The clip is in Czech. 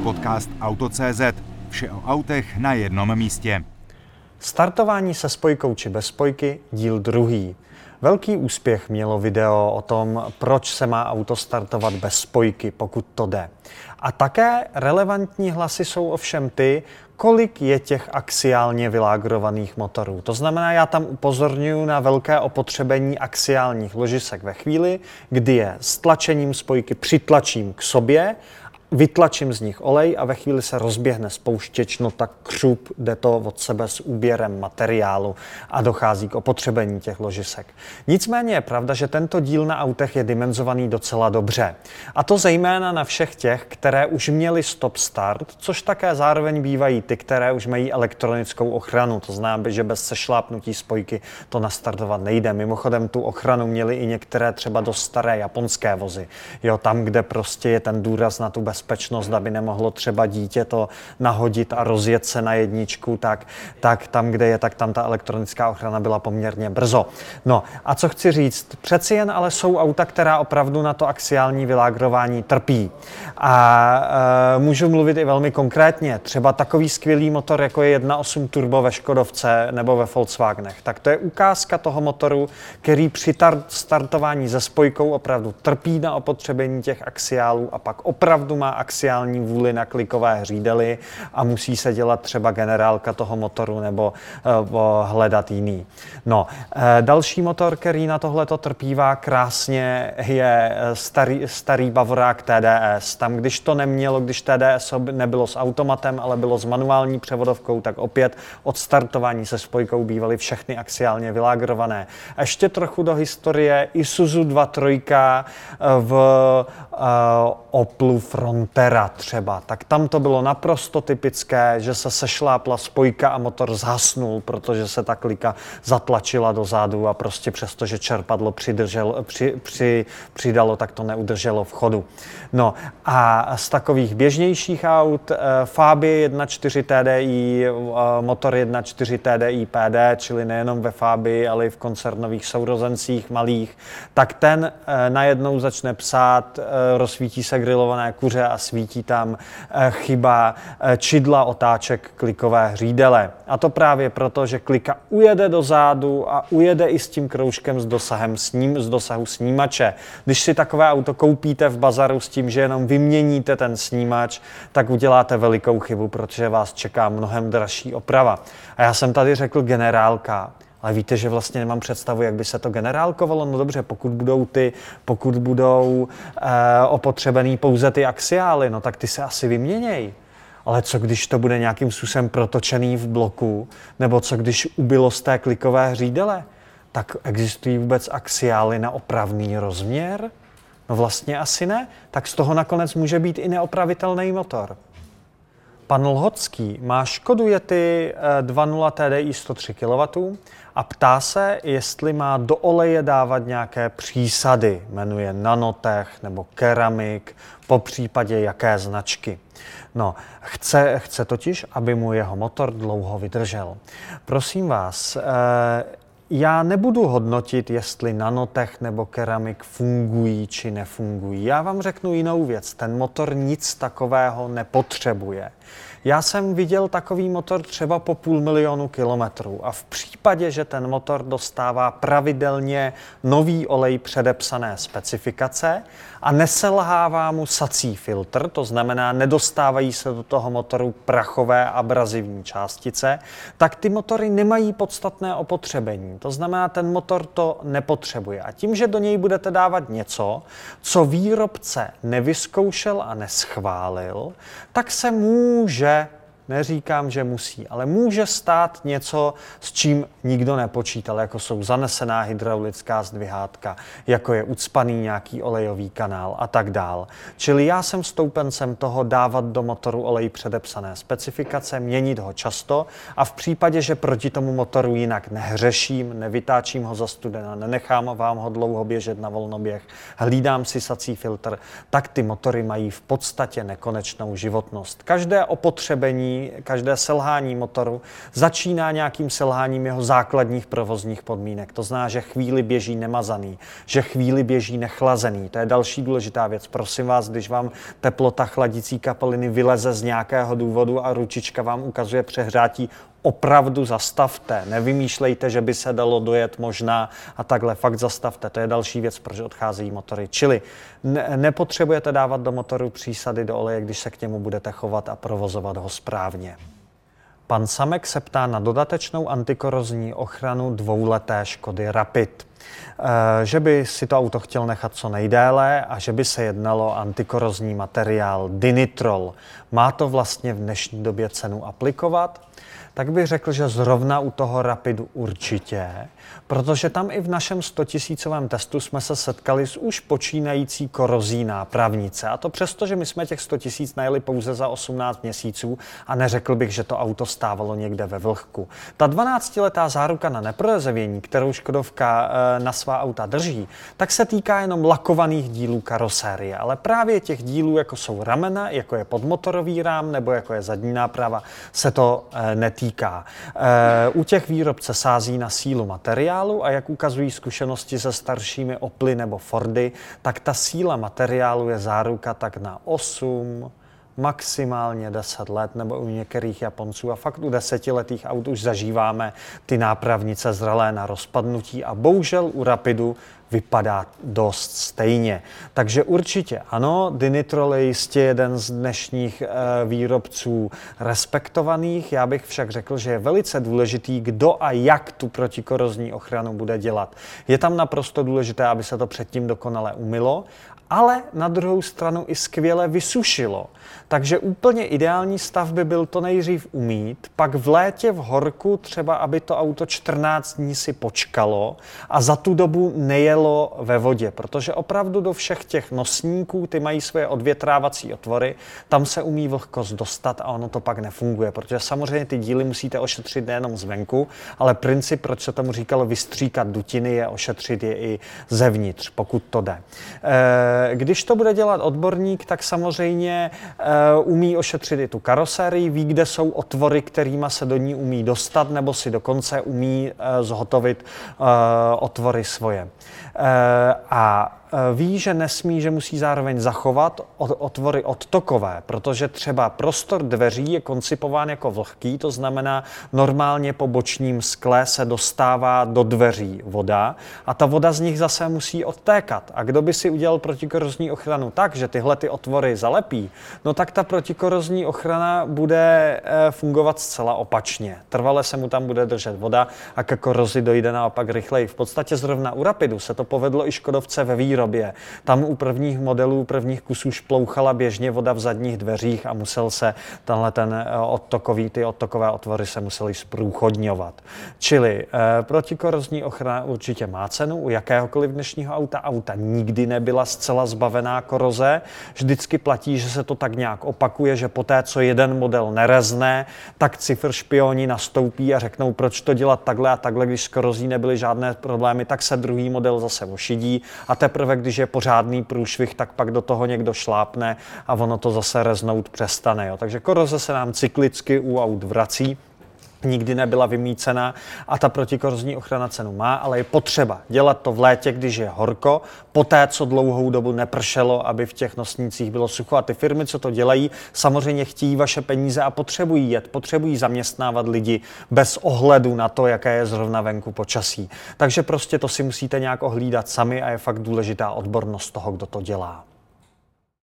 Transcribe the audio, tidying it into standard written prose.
podcast Auto.cz. Vše o autech na jednom místě. Startování se spojkou či bez spojky, díl 2. Velký úspěch mělo video o tom, proč se má auto startovat bez spojky, pokud to jde. A také relevantní hlasy jsou ovšem ty, kolik je těch axiálně vylágrovaných motorů. To znamená, já tam upozorňuji na velké opotřebení axiálních ložisek ve chvíli, kdy je s tlačením spojky přitlačím k sobě, vytlačím z nich olej a ve chvíli se rozběhne spouštěč, no tak křup, jde to od sebe s úběrem materiálu a dochází k opotřebení těch ložisek. Nicméně je pravda, že tento díl na autech je dimenzovaný docela dobře. A to zejména na všech těch, které už měly stop start, což také zároveň bývají ty, které už mají elektronickou ochranu. To znamená, že bez sešlápnutí spojky to nastartovat nejde. Mimochodem tu ochranu měly i některé třeba dost staré japonské vozy. Jo, tam, kde prostě je ten důraz na tu bezpečnost, aby nemohlo třeba dítě to nahodit a rozjet se na jedničku, tak tam, kde je, tak tam ta elektronická ochrana byla poměrně brzo. No a co chci říct, přeci jen ale jsou auta, která opravdu na to axiální vylágrování trpí. A můžu mluvit i velmi konkrétně, třeba takový skvělý motor, jako je 1.8 turbo ve Škodovce nebo ve Volkswagenech, tak to je ukázka toho motoru, který při startování se spojkou opravdu trpí na opotřebení těch axiálů a pak opravdu má axiální vůli na klikové hřídely a musí se dělat třeba generálka toho motoru nebo hledat jiný. No, další motor, který na tohleto trpívá krásně, je starý Bavorák TDS. Tam, když to nemělo, když TDS nebylo s automatem, ale bylo s manuální převodovkou, tak opět od startování se spojkou bývaly všechny axiálně vylágrované. Ještě trochu do historie, Isuzu 2.3 v Oplu Frontera třeba, tak tam to bylo naprosto typické, že se sešlápla spojka a motor zhasnul, protože se ta klika zatlačila dozadu a prostě přesto, že čerpadlo přidalo, tak to neudrželo v chodu. No a z takových běžnějších aut Fabie 1.4 TDI, motor 1.4 TDI PD, čili nejenom ve Fabii, ale i v koncernových sourozencích malých, tak ten najednou začne psát, rozsvítí se grilované kuře a svítí tam chyba čidla otáček klikové hřídele. A to právě proto, že klika ujede dozadu a ujede i s tím kroužkem z dosahu snímače. Když si takové auto koupíte v bazaru s tím, že jenom vyměníte ten snímač, tak uděláte velikou chybu, protože vás čeká mnohem dražší oprava. A já jsem tady řekl generálka, ale víte, že vlastně nemám představu, jak by se to generálkovalo. No dobře, pokud budou opotřebený pouze ty axiály, no tak ty se asi vyměněj. Ale co když to bude nějakým způsobem protočený v bloku, nebo co když ubylo z té klikové hřídele? Tak existují vůbec axiály na opravný rozměr? No vlastně asi ne. Tak z toho nakonec může být i neopravitelný motor. Pan Lhocký má Škodu Yeti 2.0 TDI 103 kW a ptá se, jestli má do oleje dávat nějaké přísady, jmenuje Nanotech nebo Keramik, po případě jaké značky. No, chce totiž, aby mu jeho motor dlouho vydržel. Prosím vás, já nebudu hodnotit, jestli Nanotech nebo Keramik fungují či nefungují. Já vám řeknu jinou věc. Ten motor nic takového nepotřebuje. Já jsem viděl takový motor třeba po 500 000 kilometrů a v případě, že ten motor dostává pravidelně nový olej předepsané specifikace a neselhává mu sací filtr, to znamená, nedostávají se do toho motoru prachové abrazivní částice, tak ty motory nemají podstatné opotřebení. To znamená, ten motor to nepotřebuje. A tím, že do něj budete dávat něco, co výrobce nevyzkoušel a neschválil, tak se může, neříkám, že musí, ale může stát něco, s čím nikdo nepočítal, jako jsou zanesená hydraulická zdvihátka, jako je ucpaný nějaký olejový kanál a tak dál. Čili já jsem stoupencem toho dávat do motoru olej předepsané specifikace, měnit ho často a v případě, že proti tomu motoru jinak nehřeším, nevytáčím ho za studena, nenechám vám ho dlouho běžet na volnoběh, hlídám si sací filtr, tak ty motory mají v podstatě nekonečnou životnost. Každé opotřebení každé selhání motoru začíná nějakým selháním jeho základních provozních podmínek. To znamená, že chvíli běží nemazaný, že chvíli běží nechlazený. To je další důležitá věc. Prosím vás, když vám teplota chladicí kapaliny vyleze z nějakého důvodu a ručička vám ukazuje přehřátí, opravdu zastavte. Nevymýšlejte, že by se dalo dojet možná a takhle. Fakt zastavte. To je další věc, proč odcházejí motory. Čili nepotřebujete dávat do motoru přísady do oleje, když se k němu budete chovat a provozovat ho správně. Pan Samek se ptá na dodatečnou antikorozní ochranu dvouleté Škody Rapid. Že by si to auto chtěl nechat co nejdéle a že by se jednalo o antikorozní materiál Dinitrol. Má to vlastně v dnešní době cenu aplikovat? Tak bych řekl, že zrovna u toho Rapidu určitě, protože tam i v našem 100 000 testu jsme se setkali s už počínající korozí nápravnice. A to přesto, že my jsme těch 100 000 najeli pouze za 18 měsíců a neřekl bych, že to auto stávalo někde ve vlhku. Ta 12letá záruka na neprorezevění, kterou Škodovka na svá auta drží, tak se týká jenom lakovaných dílů karosérie, ale právě těch dílů, jako jsou ramena, jako je podmotorový rám nebo jako je zadní náprava, se to netýká. U těch výrobce sází na sílu materiálu a jak ukazují zkušenosti se staršími Oply nebo Fordy, tak ta síla materiálu je záruka tak na 8, maximálně 10 let, nebo u některých Japonců. A fakt u 10letých aut už zažíváme ty nápravnice zralé na rozpadnutí a bohužel u Rapidu vypadá dost stejně. Takže určitě ano, Dinitrol je jistě jeden z dnešních výrobců respektovaných. Já bych však řekl, že je velice důležitý, kdo a jak tu protikorozní ochranu bude dělat. Je tam naprosto důležité, aby se to předtím dokonale umylo, ale na druhou stranu i skvěle vysušilo. Takže úplně ideální stav by byl to nejdřív umýt, pak v létě v horku třeba, aby to auto 14 dní si počkalo a za tu dobu nejelo ve vodě, protože opravdu do všech těch nosníků, ty mají svoje odvětrávací otvory, tam se umí vlhkost dostat a ono to pak nefunguje, protože samozřejmě ty díly musíte ošetřit nejenom zvenku, ale princip, proč se tomu říkalo vystříkat dutiny, je ošetřit je i zevnitř, pokud to jde. Když to bude dělat odborník, tak samozřejmě umí ošetřit i tu karosérii, ví, kde jsou otvory, kterýma se do ní umí dostat, nebo si dokonce umí zhotovit otvory svoje. A ví, že nesmí, že musí zároveň zachovat otvory odtokové, protože třeba prostor dveří je koncipován jako vlhký, to znamená normálně po bočním skle se dostává do dveří voda a ta voda z nich zase musí odtékat. A kdo by si udělal protikorozní ochranu tak, že tyhle ty otvory zalepí, no tak ta protikorozní ochrana bude fungovat zcela opačně. Trvale se mu tam bude držet voda a ke korozi dojde naopak rychleji. V podstatě zrovna u Rapidu se to povedlo i Škodovce ve výrobě. Tam u prvních modelů, prvních kusů šplouchala běžně voda v zadních dveřích a musel se ty odtokové otvory se musely zprůchodňovat. Čili protikorozní ochrana určitě má cenu u jakéhokoliv dnešního auta. Auta nikdy nebyla zcela zbavená koroze. Vždycky platí, že se to tak nějak opakuje, že poté, co jeden model nerezne, tak cifr špioni nastoupí a řeknou, proč to dělat takhle a takhle, když s korozí nebyly žádné problémy, tak se druhý model zase ošidí a teprve, když je pořádný průšvih, tak pak do toho někdo šlápne a ono to zase reznout přestane. Jo. Takže koroze se nám cyklicky u aut vrací, nikdy nebyla vymýcena a ta protikorozní ochrana cenu má, ale je potřeba dělat to v létě, když je horko, poté, co dlouhou dobu nepršelo, aby v těch nosnících bylo sucho. A ty firmy, co to dělají, samozřejmě chtějí vaše peníze a potřebují jet, potřebují zaměstnávat lidi bez ohledu na to, jaké je zrovna venku počasí. Takže prostě to si musíte nějak ohlídat sami a je fakt důležitá odbornost toho, kdo to dělá.